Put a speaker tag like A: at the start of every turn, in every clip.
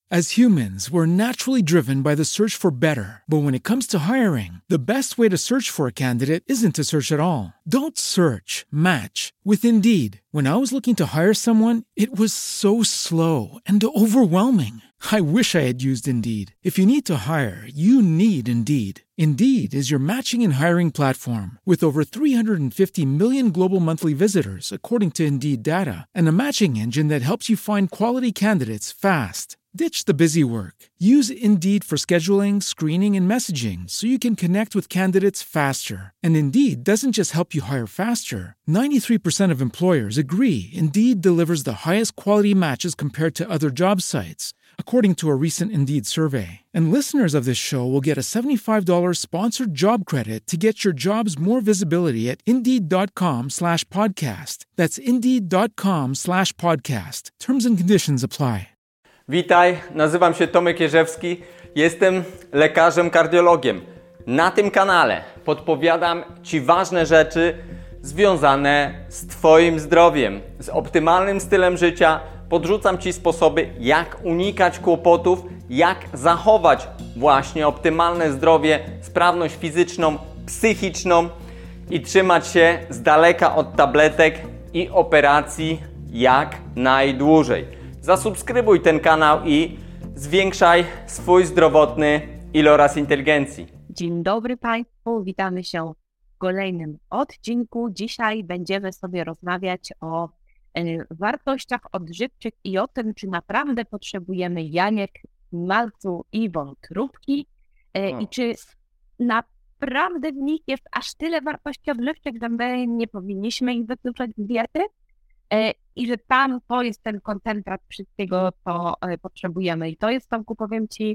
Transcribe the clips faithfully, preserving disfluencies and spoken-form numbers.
A: As humans, we're naturally driven by the search for better. But when it comes to hiring, the best way to search for a candidate isn't to search at all. Don't search, match with Indeed. When I was looking to hire someone, it was so slow and overwhelming. I wish I had used Indeed. If you need to hire, you need Indeed. Indeed is your matching and hiring platform with over three hundred fifty million global monthly visitors, according to Indeed data, and a matching engine that helps you find quality candidates fast. Ditch the busy work. Use Indeed for scheduling, screening, and messaging so you can connect with candidates faster. And Indeed doesn't just help you hire faster. ninety-three percent of employers agree Indeed delivers the highest quality matches compared to other job sites, according to a recent Indeed survey. And listeners of this show will get a seventy-five dollars sponsored job credit to get your jobs more visibility at Indeed.com slash podcast. That's Indeed.com slash podcast. Terms and conditions apply.
B: Witaj, nazywam się Tomek Jerzewski, jestem lekarzem kardiologiem. Na tym kanale podpowiadam Ci ważne rzeczy związane z Twoim zdrowiem, z optymalnym stylem życia. Podrzucam Ci sposoby, jak unikać kłopotów, jak zachować właśnie optymalne zdrowie, sprawność fizyczną, psychiczną i trzymać się z daleka od tabletek i operacji jak najdłużej. Zasubskrybuj ten kanał i zwiększaj swój zdrowotny iloraz inteligencji.
C: Dzień dobry Państwu, witamy się w kolejnym odcinku. Dzisiaj będziemy sobie rozmawiać o e, wartościach odżywczych i o tym, czy naprawdę potrzebujemy jajek, malcu i wątróbki e,
B: No.
C: i czy naprawdę w nich jest aż tyle wartości odżywczych, że my nie powinniśmy ich wykluczać z diety. E, I że tam to jest ten koncentrat wszystkiego, co e, potrzebujemy. I to jest, Tomku, powiem Ci,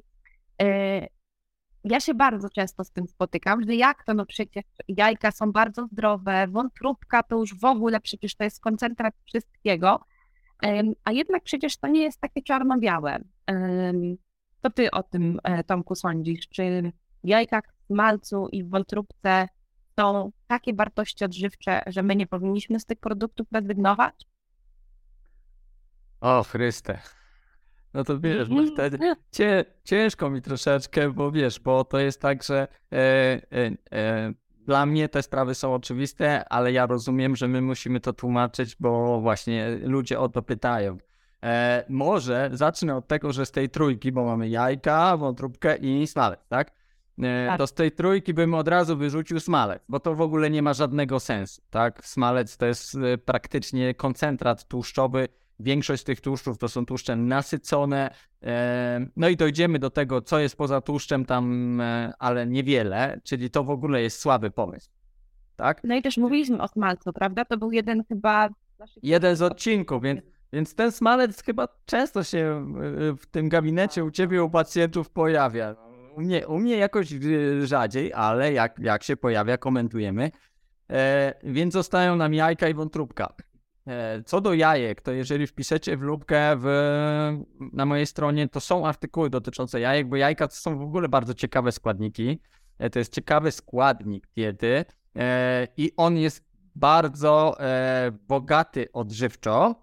C: e, ja się bardzo często z tym spotykam, że jak to, no przecież jajka są bardzo zdrowe, wątróbka to już w ogóle przecież to jest koncentrat wszystkiego, e, a jednak przecież to nie jest takie czarno-białe. E, co Ty o tym, e, Tomku, sądzisz? Czy w jajkach, w malcu i w wątróbce są takie wartości odżywcze, że my nie powinniśmy z tych produktów rezygnować?
B: O Chryste, no to wiesz, bo wtedy cie, ciężko mi troszeczkę, bo wiesz, bo to jest tak, że e, e, e, dla mnie te sprawy są oczywiste, ale ja rozumiem, że my musimy to tłumaczyć, bo właśnie ludzie o to pytają. E, może zacznę od tego, że z tej trójki, bo mamy jajka, wątróbkę i smalec, tak? E,
C: Tak.
B: To z tej trójki bym od razu wyrzucił smalec, bo to w ogóle nie ma żadnego sensu, tak? Smalec to jest e, praktycznie koncentrat tłuszczowy. Większość z tych tłuszczów to są tłuszcze nasycone, e, no i dojdziemy do tego, co jest poza tłuszczem tam, e, ale niewiele, czyli to w ogóle jest słaby pomysł, tak?
C: No i też mówiliśmy o smalcu, prawda? To był jeden chyba z naszych...
B: Jeden z odcinków, więc, więc ten smalec chyba często się e, w tym gabinecie u Ciebie, u pacjentów pojawia. U mnie, u mnie jakoś e, rzadziej, ale jak, jak się pojawia, komentujemy, e, więc zostają nam jajka i wątróbka. Co do jajek, to jeżeli wpiszecie w lubkę w, na mojej stronie, to są artykuły dotyczące jajek, bo jajka to są w ogóle bardzo ciekawe składniki. To jest ciekawy składnik diety e, i on jest bardzo e, bogaty odżywczo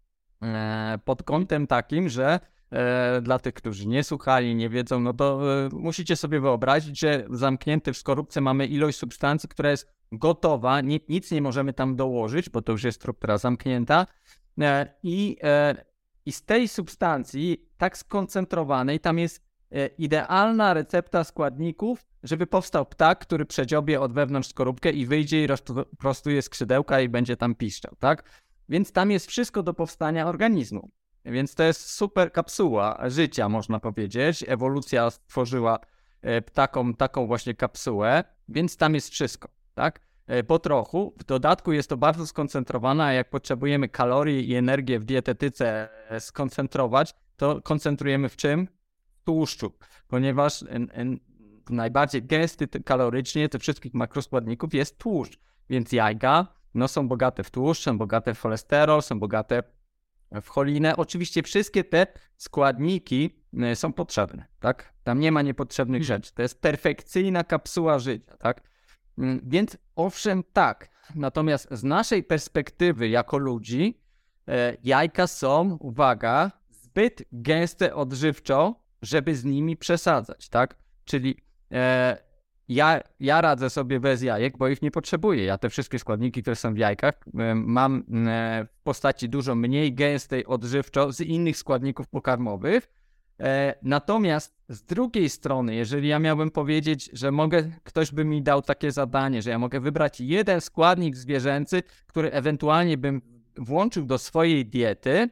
B: e, pod kątem takim, że e, dla tych, którzy nie słuchali, nie wiedzą, no to e, musicie sobie wyobrazić, że zamknięty w skorupce mamy ilość substancji, która jest gotowa, ni- nic nie możemy tam dołożyć, bo to już jest struktura zamknięta e, i, e, i z tej substancji tak skoncentrowanej tam jest e, idealna recepta składników, żeby powstał ptak, który przedziobie od wewnątrz skorupkę i wyjdzie i roz- prostuje skrzydełka i będzie tam piszczał, tak? Więc tam jest wszystko do powstania organizmu. Więc to jest super kapsuła życia, można powiedzieć. Ewolucja stworzyła e, taką, taką właśnie kapsułę, więc tam jest wszystko. Tak? Po trochu. W dodatku jest to bardzo skoncentrowane, a jak potrzebujemy kalorii i energię w dietetyce skoncentrować, to koncentrujemy w czym? W tłuszczu, ponieważ n, n, najbardziej gęsty kalorycznie tych wszystkich makroskładników jest tłuszcz, więc jajka no, są bogate w tłuszcz, są bogate w cholesterol, są bogate w cholinę. Oczywiście wszystkie te składniki są potrzebne, tak? Tam nie ma niepotrzebnych rzeczy. To jest perfekcyjna kapsuła życia, tak? Więc owszem tak, natomiast z naszej perspektywy jako ludzi e, jajka są, uwaga, z zbyt gęste odżywczo, żeby z nimi przesadzać, tak? Czyli e, ja, ja radzę sobie bez jajek, bo ich nie potrzebuję. Ja te wszystkie składniki, które są w jajkach, e, mam e, w postaci dużo mniej gęstej odżywczo z innych składników pokarmowych. E, natomiast z drugiej strony, jeżeli ja miałbym powiedzieć, że mogę, ktoś by mi dał takie zadanie, że ja mogę wybrać jeden składnik zwierzęcy, który ewentualnie bym włączył do swojej diety,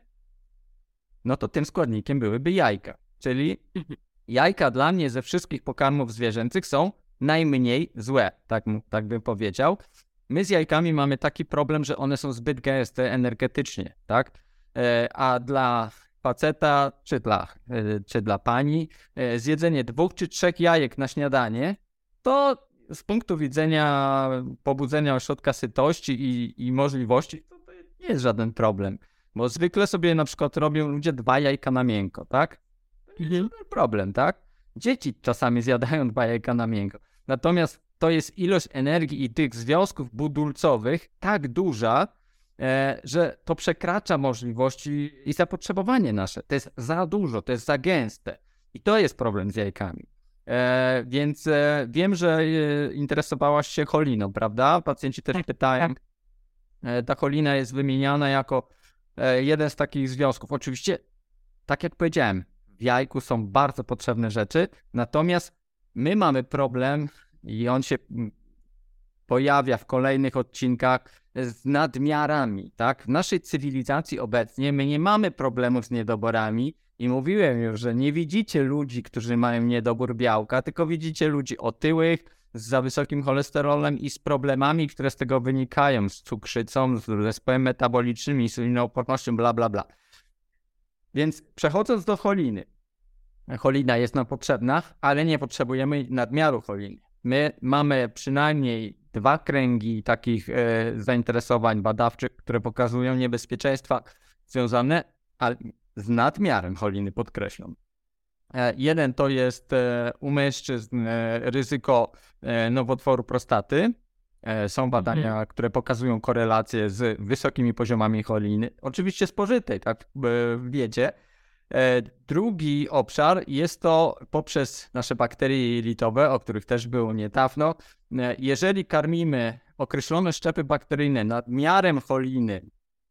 B: no to tym składnikiem byłyby jajka. Czyli jajka dla mnie ze wszystkich pokarmów zwierzęcych są najmniej złe, tak, tak bym powiedział. My z jajkami mamy taki problem, że one są zbyt gęste energetycznie, tak? E, a dla faceta czy dla, e, czy dla pani e, zjedzenie dwóch czy trzech jajek na śniadanie to z punktu widzenia pobudzenia ośrodka sytości i, i możliwości to, to nie jest żaden problem. Bo zwykle sobie na przykład robią ludzie dwa jajka na miękko, tak? To nie jest żaden problem, tak? Dzieci czasami zjadają dwa jajka na miękko. Natomiast to jest ilość energii i tych związków budulcowych tak duża, e, że to przekracza możliwości i zapotrzebowanie nasze. To jest za dużo, to jest za gęste. I to jest problem z jajkami. E, więc e, wiem, że e, interesowałaś się choliną, prawda? Pacjenci też
C: tak,
B: pytają.
C: Tak.
B: E, ta cholina jest wymieniana jako e, jeden z takich związków. Oczywiście, tak jak powiedziałem, w jajku są bardzo potrzebne rzeczy, natomiast my mamy problem i on się pojawia w kolejnych odcinkach z nadmiarami, tak? W naszej cywilizacji obecnie my nie mamy problemów z niedoborami i mówiłem już, że nie widzicie ludzi, którzy mają niedobór białka, tylko widzicie ludzi otyłych, z za wysokim cholesterolem i z problemami, które z tego wynikają, z cukrzycą, z zespołem metabolicznym, insulinoopornością, bla, bla, bla. Więc przechodząc do choliny. Cholina jest nam potrzebna, ale nie potrzebujemy nadmiaru choliny. My mamy przynajmniej dwa kręgi takich e, zainteresowań badawczych, które pokazują niebezpieczeństwa związane ale z nadmiarem choliny, podkreślam. E, jeden to jest e, u mężczyzn e, ryzyko e, nowotworu prostaty. E, są badania, mhm. które pokazują korelację z wysokimi poziomami choliny. Oczywiście spożytej, tak w diecie. Drugi obszar jest to poprzez nasze bakterie jelitowe, o których też było niedawno. Jeżeli karmimy określone szczepy bakteryjne nadmiarem choliny,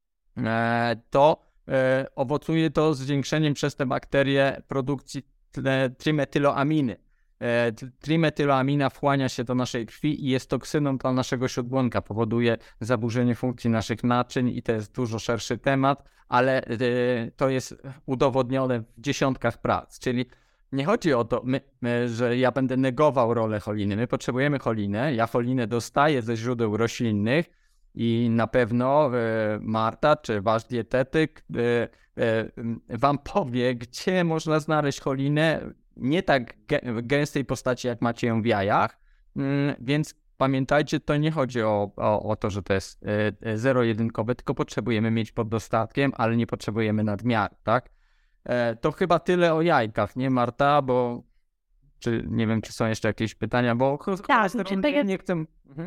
B: to owocuje to zwiększeniem przez te bakterie produkcji trimetyloaminy. Trimetyloamina wchłania się do naszej krwi i jest toksyną dla naszego śródbłonka, powoduje zaburzenie funkcji naszych naczyń i to jest dużo szerszy temat, ale to jest udowodnione w dziesiątkach prac, czyli nie chodzi o to, my, my, że ja będę negował rolę choliny, my potrzebujemy cholinę, ja cholinę dostaję ze źródeł roślinnych i na pewno e, Marta czy wasz dietetyk e, e, wam powie, gdzie można znaleźć cholinę, nie tak gę- gęstej postaci, jak macie ją w jajach, mm, więc pamiętajcie, to nie chodzi o, o, o to, że to jest e, zero-jedynkowe, tylko potrzebujemy mieć pod dostatkiem, ale nie potrzebujemy nadmiaru, tak? E, to chyba tyle o jajkach, nie Marta? Bo czy nie wiem, czy są jeszcze jakieś pytania, bo
C: Tak, czy to jest...
B: nie chcę... Mhm.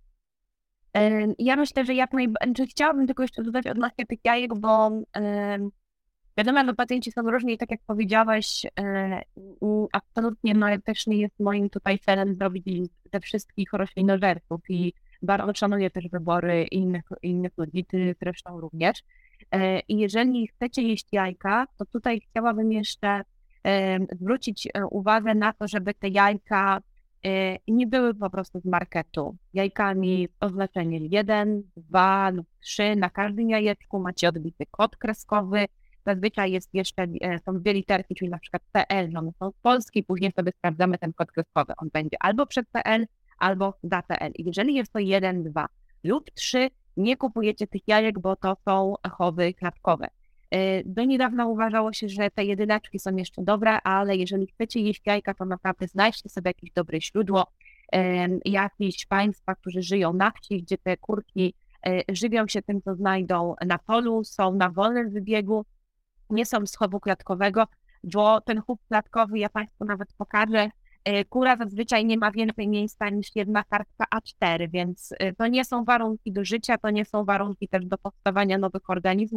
C: Ja myślę, że jak najbardziej chciałabym tylko jeszcze dodać odnośnie tych jajek, bo e, wiadomo, że pacjenci są różni i tak jak powiedziałeś, e, absolutnie no, też nie jest moim tutaj celem zrobić ze wszystkich roślinożerców i bardzo szanuję też wybory innych, innych ludzi, ty zresztą również. E, I jeżeli chcecie jeść jajka, to tutaj chciałabym jeszcze e, zwrócić uwagę na to, żeby te jajka nie były po prostu z marketu. Jajkami z oznaczeniem jeden, dwa lub trzy. Na każdym jajeczku macie odbity kod kreskowy. Zazwyczaj jest jeszcze, są dwie literki, czyli na przykład P L, no są z Polski, później sobie sprawdzamy ten kod kreskowy. On będzie albo przed P L, albo za P L. I jeżeli jest to jeden, dwa lub trzy, nie kupujecie tych jajek, bo to są chowy klatkowe. Do niedawna uważało się, że te jedyneczki są jeszcze dobre, ale jeżeli chcecie jeść jajka, to naprawdę znajdźcie sobie jakieś dobre źródło. Jakieś państwa, którzy żyją na wsi, gdzie te kurki żywią się tym, co znajdą na polu, są na wolnym wybiegu, nie są z chowu klatkowego, bo ten chów klatkowy, ja Państwu nawet pokażę, kura zazwyczaj nie ma więcej miejsca niż jedna kartka A cztery, więc to nie są warunki do życia, to nie są warunki też do powstawania nowych organizmów.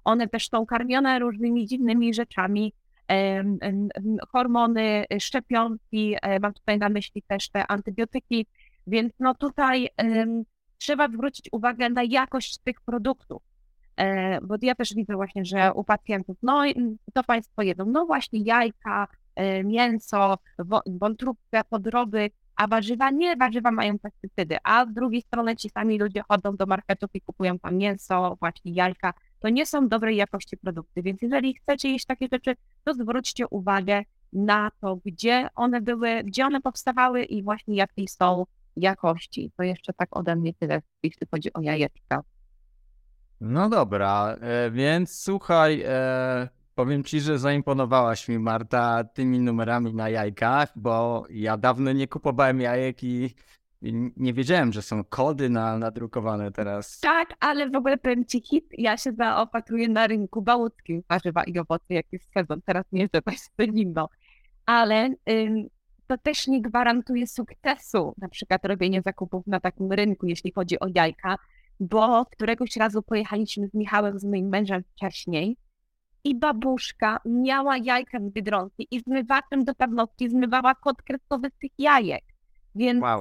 C: one też są karmione różnymi dziwnymi rzeczami, em, em, em, hormony, szczepionki, e, mam tutaj na myśli też te antybiotyki, więc no tutaj em, trzeba zwrócić uwagę na jakość tych produktów. E, bo ja też widzę właśnie, że u pacjentów, no i to Państwo jedzą, no właśnie jajka, e, mięso, wo- wątróbkę, podroby, a warzywa nie, warzywa mają pestycydy, a z drugiej strony ci sami ludzie chodzą do marketów i kupują tam mięso, właśnie jajka, to nie są dobrej jakości produkty, więc jeżeli chcecie jeść takie rzeczy, to zwróćcie uwagę na to, gdzie one były, gdzie one powstawały i właśnie jakiej są jakości. To jeszcze tak ode mnie tyle, jeśli chodzi o jajeczka.
B: No dobra, e, więc słuchaj, e, powiem ci, że zaimponowałaś mi, Marta, tymi numerami na jajkach, bo ja dawno nie kupowałem jajek i, i nie wiedziałem, że są kody na, nadrukowane teraz.
C: Tak, ale w ogóle powiem ci hit, ja się zaopatruję na rynku bałuckim warzywa i owoce, jak jest sezon, teraz nie jeżdżę Państwo zimno, ale ym, to też nie gwarantuje sukcesu, na przykład robienie zakupów na takim rynku, jeśli chodzi o jajka, bo któregoś razu pojechaliśmy z Michałem, z moim mężem wcześniej i babuszka miała jajka z Biedronki i zmywaczem do paznokci zmywała kod kreskowy z tych jajek, więc
B: Wow.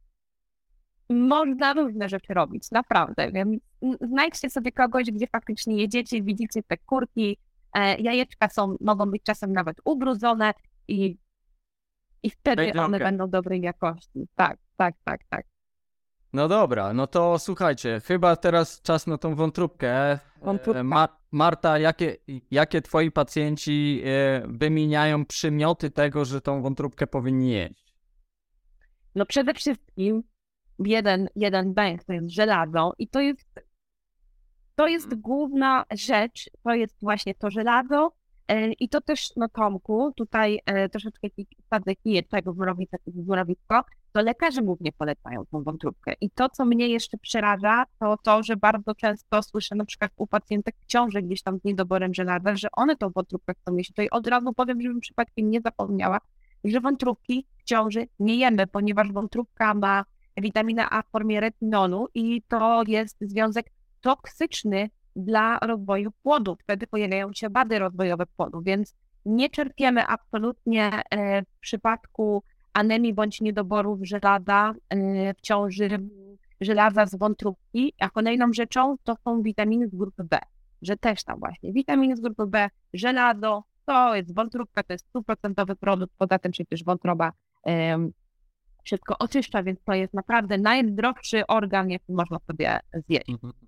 C: można różne rzeczy robić, naprawdę, więc znajdźcie sobie kogoś, gdzie faktycznie jedziecie, widzicie te kurki, e, jajeczka są, mogą być czasem nawet ubrudzone i, i wtedy
B: Będzie
C: one
B: okej.
C: będą dobrej jakości. Tak, tak, tak, tak.
B: No dobra, no to słuchajcie, chyba teraz czas na tą wątróbkę.
C: Wątróbka.
B: E, Ma- Marta, jakie, jakie twoi pacjenci e, wymieniają przymioty tego, że tą wątróbkę powinni jeść?
C: No przede wszystkim jeden, jeden bęk to jest żelazo i to jest, to jest główna rzecz, to jest właśnie to żelazo e, i to też, no Tomku, tutaj e, troszeczkę ci wsadzę kijeczego w mrowisko, w mrowisko, to lekarze głównie polecają tą wątróbkę i to, co mnie jeszcze przeraża, to to, że bardzo często słyszę na przykład u pacjentek w ciąży gdzieś tam z niedoborem żelaza, że one tą wątróbkę chcą jeść. Tutaj od razu powiem, żebym przypadkiem nie zapomniała, że wątróbki w ciąży nie jemy, ponieważ wątróbka ma witaminę A w formie retinolu i to jest związek toksyczny dla rozwoju płodu. Wtedy pojawiają się wady rozwojowe płodu, więc nie czerpiemy absolutnie e, w przypadku anemii bądź niedoborów żelaza e, w ciąży żelaza z wątróbki, a kolejną rzeczą to są witaminy z grupy B, że też tam właśnie witaminy z grupy B, żelazo, to jest wątróbka, to jest stuprocentowy produkt, poza tym przecież wątroba em, wszystko oczyszcza, więc to jest naprawdę najdroższy organ, jaki można sobie zjeść.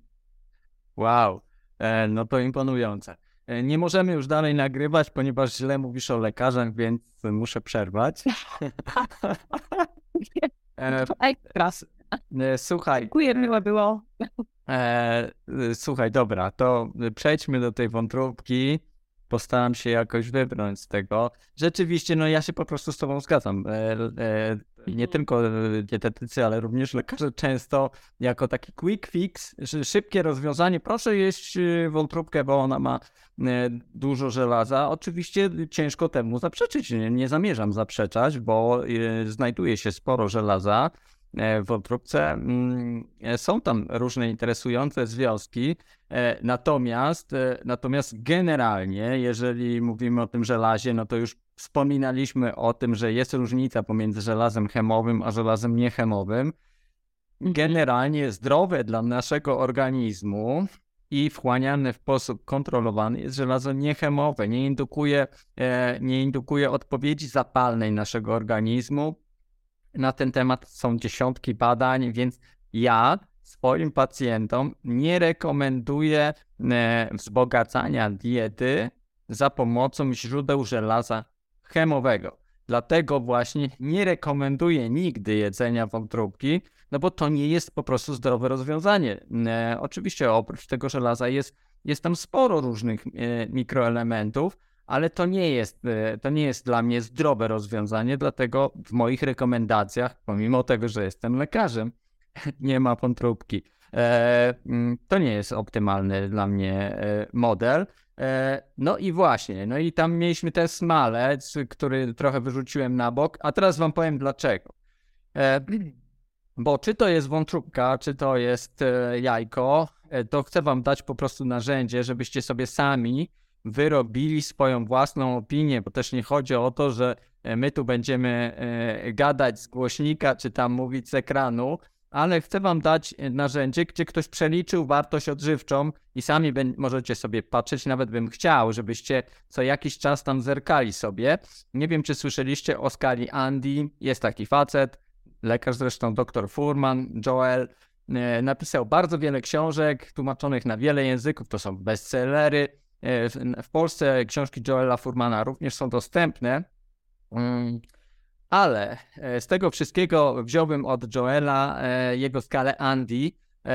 B: Wow, e, no to imponujące. E, Nie możemy już dalej nagrywać, ponieważ źle mówisz o lekarzach, więc muszę przerwać. E,
C: To ekstra.
B: e, Słuchaj,
C: Dziękuję, miło było.
B: e, słuchaj, dobra, to przejdźmy do tej wątróbki. Postaram się jakoś wybrnąć z tego. Rzeczywiście, no ja się po prostu z tobą zgadzam. E, e, nie tylko dietetycy, ale również lekarze często jako taki quick fix, że szybkie rozwiązanie, proszę jeść e, wątróbkę, bo ona ma e, dużo żelaza. Oczywiście ciężko temu zaprzeczyć, nie, nie zamierzam zaprzeczać, bo e, znajduje się sporo żelaza e, w wątróbce. Mm, e, Są tam różne interesujące związki, e, natomiast, e, natomiast generalnie, jeżeli mówimy o tym żelazie, no to już wspominaliśmy o tym, że jest różnica pomiędzy żelazem chemowym a żelazem niechemowym. Generalnie zdrowe dla naszego organizmu i wchłaniane w sposób kontrolowany jest żelazo niechemowe. Nie indukuje, e, nie indukuje odpowiedzi zapalnej naszego organizmu. Na ten temat są dziesiątki badań, więc ja swoim pacjentom nie rekomenduję e, wzbogacania diety za pomocą źródeł żelaza chemowego. Dlatego właśnie nie rekomenduję nigdy jedzenia wątróbki, no bo to nie jest po prostu zdrowe rozwiązanie. E, oczywiście oprócz tego żelaza jest, jest tam sporo różnych e, mikroelementów, ale to nie jest, e, to nie jest dla mnie zdrowe rozwiązanie, dlatego w moich rekomendacjach, pomimo tego, że jestem lekarzem, nie ma wątróbki. E, mm, to nie jest optymalny dla mnie e, model. E, no i właśnie, no i tam mieliśmy ten smalec, który trochę wyrzuciłem na bok, a teraz wam powiem dlaczego. E, bo czy to jest wątróbka, czy to jest e, jajko, to chcę wam dać po prostu narzędzie, żebyście sobie sami wyrobili swoją własną opinię, bo też nie chodzi o to, że my tu będziemy gadać z głośnika, czy tam mówić z ekranu, ale chcę wam dać narzędzie, gdzie ktoś przeliczył wartość odżywczą i sami możecie sobie patrzeć, nawet bym chciał, żebyście co jakiś czas tam zerkali sobie. Nie wiem, czy słyszeliście o skali Andy, jest taki facet, lekarz zresztą, doktor Fuhrman, Joel, napisał bardzo wiele książek, tłumaczonych na wiele języków, to są bestsellery. W Polsce książki Joela Fuhrmana również są dostępne, ale z tego wszystkiego wziąłbym od Joela jego skalę Andy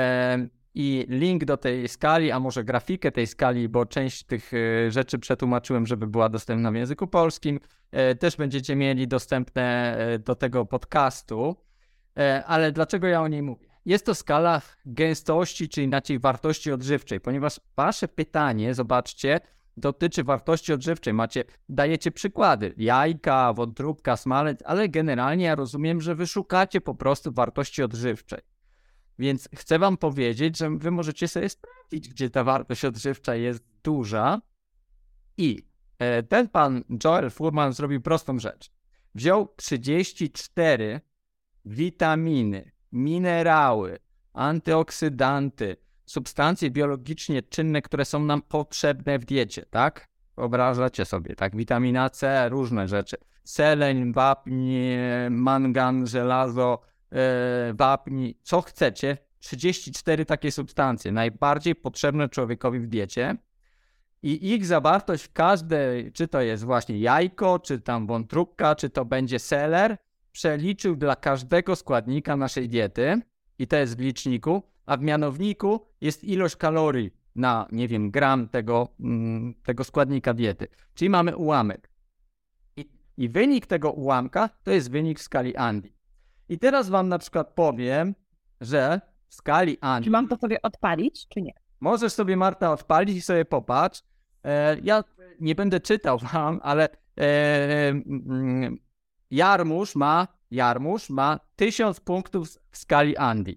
B: i link do tej skali, a może grafikę tej skali, bo część tych rzeczy przetłumaczyłem, żeby była dostępna w języku polskim. Też będziecie mieli dostępne do tego podcastu, ale dlaczego ja o niej mówię? Jest to skala gęstości, czy inaczej wartości odżywczej, ponieważ wasze pytanie, zobaczcie, dotyczy wartości odżywczej. Macie, dajecie przykłady, jajka, wątróbka, smalec, ale generalnie ja rozumiem, że wy szukacie po prostu wartości odżywczej. Więc chcę wam powiedzieć, że wy możecie sobie sprawdzić, gdzie ta wartość odżywcza jest duża i ten pan Joel Fuhrman zrobił prostą rzecz. Wziął trzydzieści cztery witaminy, minerały, antyoksydanty, substancje biologicznie czynne, które są nam potrzebne w diecie, tak? Wyobrażacie sobie, tak? Witamina C, różne rzeczy. Seleń, wapń, mangan, żelazo, yy, wapń, co chcecie. trzydzieści cztery takie substancje, najbardziej potrzebne człowiekowi w diecie. I ich zawartość w każdej, czy to jest właśnie jajko, czy tam wątróbka, czy to będzie seler, przeliczył dla każdego składnika naszej diety i to jest w liczniku, a w mianowniku jest ilość kalorii na, nie wiem, gram tego, mm, tego składnika diety. Czyli mamy ułamek. I, I wynik tego ułamka to jest wynik w skali Andy. I teraz wam na przykład powiem, że w skali Andy...
C: Czy mam to sobie odpalić, czy nie?
B: Możesz sobie, Marta, odpalić i sobie popatrz. E, ja nie będę czytał wam, ale e, mm, Jarmusz ma, Jarmusz ma tysiąc punktów w skali Andy.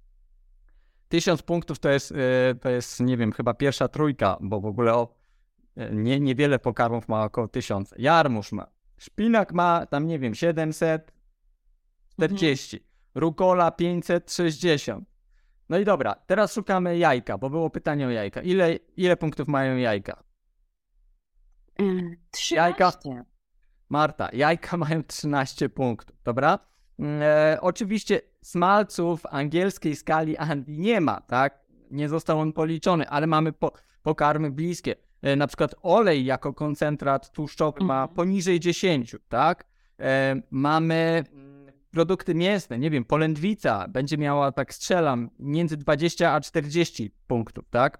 B: Tysiąc punktów to jest, to jest, nie wiem, chyba pierwsza trójka, bo w ogóle o, nie, niewiele pokarmów ma około tysiąc. Jarmuż ma. Szpinak ma tam, nie wiem, siedemset czterdzieści. Mhm. Rukola pięćset sześćdziesiąt. No i dobra, teraz szukamy jajka, bo było pytanie o jajka. Ile, ile punktów mają jajka?
C: Mm, trzynaście.
B: Jajka. Marta, jajka mają trzynaście punktów, dobra? E, oczywiście smalców w angielskiej skali Andy nie ma, tak? Nie został on policzony, ale mamy po, pokarmy bliskie. E, na przykład olej jako koncentrat tłuszczowy mm. ma poniżej dziesięć, tak? E, mamy produkty mięsne, nie wiem, polędwica będzie miała, tak strzelam, między dwadzieścia a czterdzieści punktów, tak?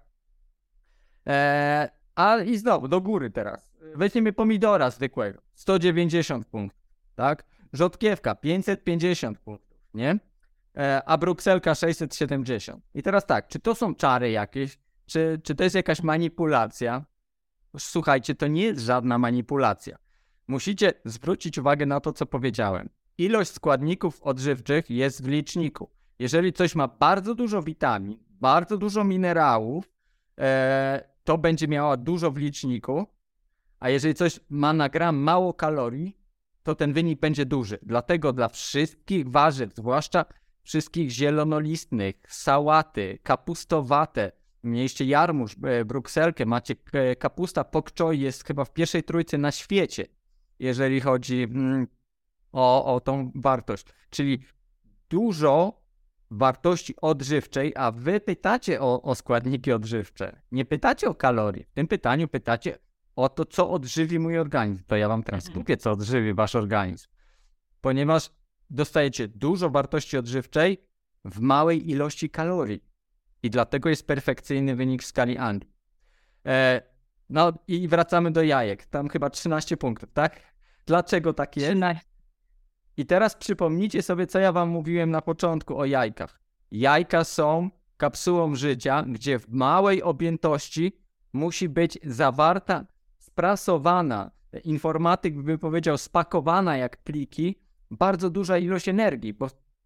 B: E, a i znowu, do góry teraz. Weźmiemy pomidora zwykłego, sto dziewięćdziesiąt punktów, tak? Rzodkiewka, pięćset pięćdziesiąt punktów, nie? E, a brukselka sześćset siedemdziesiąt. I teraz tak, czy to są czary jakieś? Czy, czy to jest jakaś manipulacja? Słuchajcie, to nie jest żadna manipulacja. Musicie zwrócić uwagę na to, co powiedziałem. Ilość składników odżywczych jest w liczniku. Jeżeli coś ma bardzo dużo witamin, bardzo dużo minerałów, e, to będzie miała dużo w liczniku, a jeżeli coś ma na gram mało kalorii, to ten wynik będzie duży. Dlatego dla wszystkich warzyw, zwłaszcza wszystkich zielonolistnych, sałaty, kapustowate, mieliście jarmuż, brukselkę, macie kapusta pok choi, jest chyba w pierwszej trójce na świecie, jeżeli chodzi mm, o, o tą wartość. Czyli dużo wartości odżywczej, a wy pytacie o, o składniki odżywcze. Nie pytacie o kalorie. W tym pytaniu pytacie o to, co odżywi mój organizm. To ja wam teraz mówię, co odżywi wasz organizm. Ponieważ dostajecie dużo wartości odżywczej w małej ilości kalorii. I dlatego jest perfekcyjny wynik w skali Andy. E, no i wracamy do jajek. Tam chyba trzynaście punktów, tak? Dlaczego tak jest? I teraz przypomnijcie sobie, co ja wam mówiłem na początku o jajkach. Jajka są kapsułą życia, gdzie w małej objętości musi być zawarta, sprasowana, informatyk by powiedział spakowana jak pliki, bardzo duża ilość energii, bo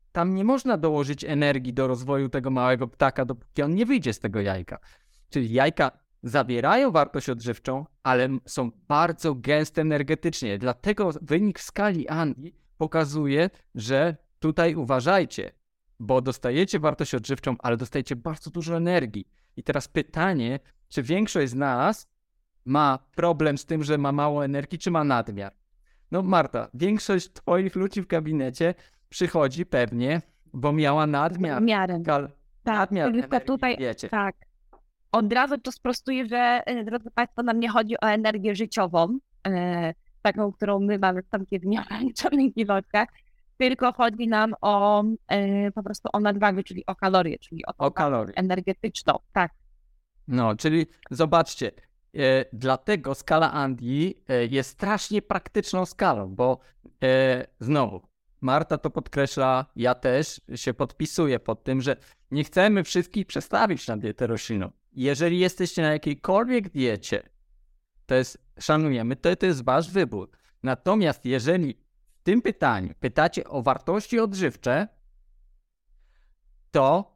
B: tam nie można dołożyć energii do rozwoju tego małego ptaka, dopóki on nie wyjdzie z tego jajka. Czyli jajka zawierają wartość odżywczą, ale są bardzo gęste energetycznie. Dlatego wynik w skali Andy pokazuje, że tutaj uważajcie, bo dostajecie wartość odżywczą, ale dostajecie bardzo dużo energii. I teraz pytanie, czy większość z nas ma problem z tym, że ma mało energii, czy ma nadmiar? No Marta, większość twoich ludzi w gabinecie przychodzi pewnie, bo miała nadmiar.
C: Nadmiarem.
B: Kal-
C: Tak,
B: nadmiar
C: tylko
B: energii,
C: tutaj,
B: wiecie.
C: tak. Od razu to sprostuję, że, e, drodzy Państwo, nam nie chodzi o energię życiową, e, taką, którą my mamy w całkiem nieograniczonych ilościach, tylko chodzi nam o e, po prostu o nadwagę, czyli o kalorie, czyli o,
B: O kalorie.
C: energetyczną. Tak,
B: No, czyli zobaczcie, e, dlatego skala Andy e, jest strasznie praktyczną skalą, bo e, znowu, Marta to podkreśla, ja też się podpisuję pod tym, że nie chcemy wszystkich przestawić na dietę roślinną. Jeżeli jesteście na jakiejkolwiek diecie, to jest, szanujemy, to, to jest wasz wybór. Natomiast jeżeli w tym pytaniu pytacie o wartości odżywcze, to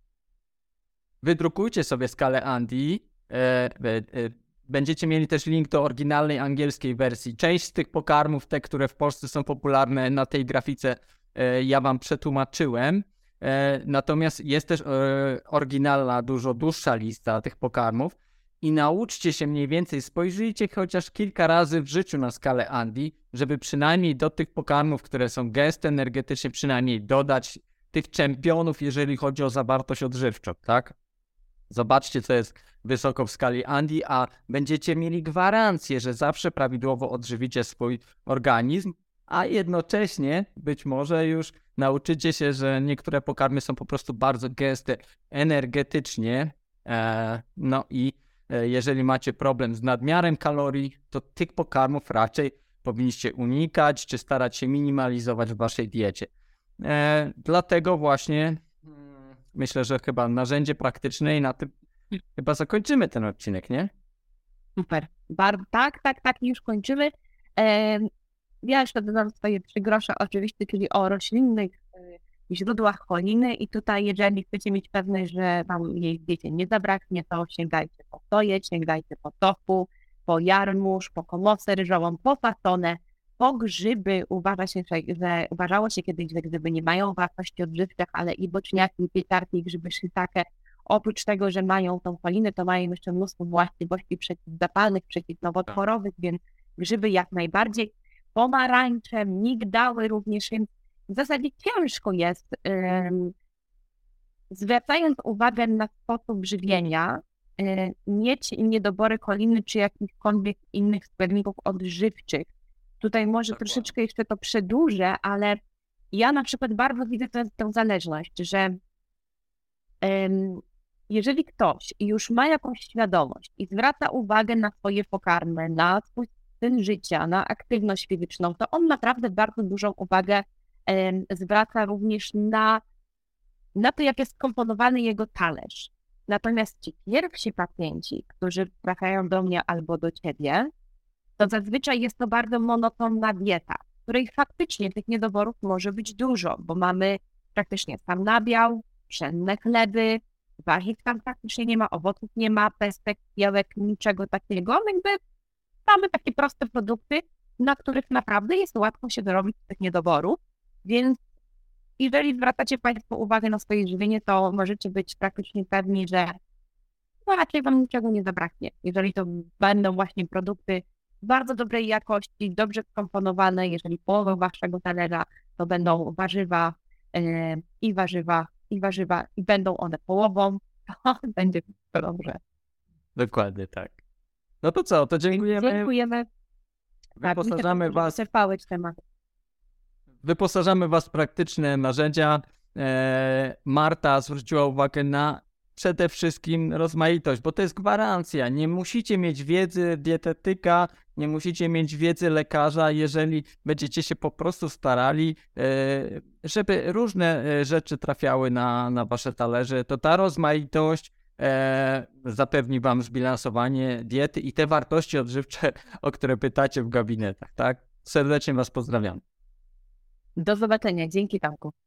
B: wydrukujcie sobie skalę Andy. E, e, e, będziecie mieli też link do oryginalnej angielskiej wersji. Część z tych pokarmów, te, które w Polsce są popularne, na tej grafice e, ja wam przetłumaczyłem. E, natomiast jest też e, oryginalna, dużo dłuższa lista tych pokarmów. I nauczcie się mniej więcej, spojrzyjcie chociaż kilka razy w życiu na skalę Andy, żeby przynajmniej do tych pokarmów, które są gęste energetycznie, przynajmniej dodać tych czempionów, jeżeli chodzi o zawartość odżywczą, tak? Zobaczcie, co jest wysoko w skali Andy, a będziecie mieli gwarancję, że zawsze prawidłowo odżywicie swój organizm, a jednocześnie być może już nauczycie się, że niektóre pokarmy są po prostu bardzo gęste energetycznie, e, no i e, jeżeli macie problem z nadmiarem kalorii, to tych pokarmów raczej powinniście unikać, czy starać się minimalizować w waszej diecie. E, dlatego właśnie hmm, myślę, że chyba narzędzie praktyczne i na tym chyba zakończymy ten odcinek, nie?
C: super. Bar- tak, tak, tak, już kończymy. E, ja jeszcze dodam swoje trzy grosze oczywiście, czyli o roślinnych e, źródłach choliny i tutaj jeżeli chcecie mieć pewność, że wam jej w diecie nie zabraknie, to sięgajcie po soję, sięgajcie po tofu, po jarmuż, po komosę ryżową, po fasonę, po grzyby. Uważa się, że, że uważało się kiedyś, że grzyby nie mają wartości odżywczych, ale i boczniaki, i pieczarki, i grzyby shiitake, oprócz tego, że mają tą cholinę, to mają jeszcze mnóstwo właściwości przeciwzapalnych, przeciwnowotworowych, więc grzyby jak najbardziej. Pomarańcze, migdały również, więc w zasadzie ciężko jest, um, zwracając uwagę na sposób żywienia, um, mieć niedobory choliny czy jakichkolwiek innych składników odżywczych. Tutaj może
B: Dokładnie.
C: troszeczkę jeszcze to przedłużę, ale ja na przykład bardzo widzę tę, tę zależność, że um, jeżeli ktoś już ma jakąś świadomość i zwraca uwagę na swoje pokarmy, na swój styl życia, na aktywność fizyczną, to on naprawdę bardzo dużą uwagę em, zwraca również na, na to, jak jest skomponowany jego talerz. Natomiast ci pierwsi pacjenci, którzy trafiają do mnie albo do ciebie, to zazwyczaj jest to bardzo monotonna dieta, w której faktycznie tych niedoborów może być dużo, bo mamy praktycznie sam nabiał, pszenne chleby, warzyw tam praktycznie nie ma, owoców nie ma, pestek, białek, niczego takiego. Jakby mamy takie proste produkty, na których naprawdę jest łatwo się dorobić z tych niedoborów, więc jeżeli zwracacie Państwo uwagę na swoje żywienie, to możecie być praktycznie pewni, że no raczej Wam niczego nie zabraknie. Jeżeli to będą właśnie produkty bardzo dobrej jakości, dobrze skomponowane, jeżeli połową Waszego talerza to będą warzywa yy, i warzywa, i warzywa, i będą one połową, to będzie to dobrze.
B: Dokładnie tak. No to co, to dziękujemy.
C: Dziękujemy.
B: Wyposażamy was,
C: temat.
B: wyposażamy was w praktyczne narzędzia. E, Marta zwróciła uwagę na przede wszystkim rozmaitość, bo to jest gwarancja. Nie musicie mieć wiedzy dietetyka, nie musicie mieć wiedzy lekarza, jeżeli będziecie się po prostu starali, e, żeby różne e, rzeczy trafiały na, na wasze talerze. To ta rozmaitość e, zapewni wam zbilansowanie diety i te wartości odżywcze, o które pytacie w gabinetach, tak? Serdecznie was pozdrawiam.
C: Do zobaczenia. Dzięki, Tomku.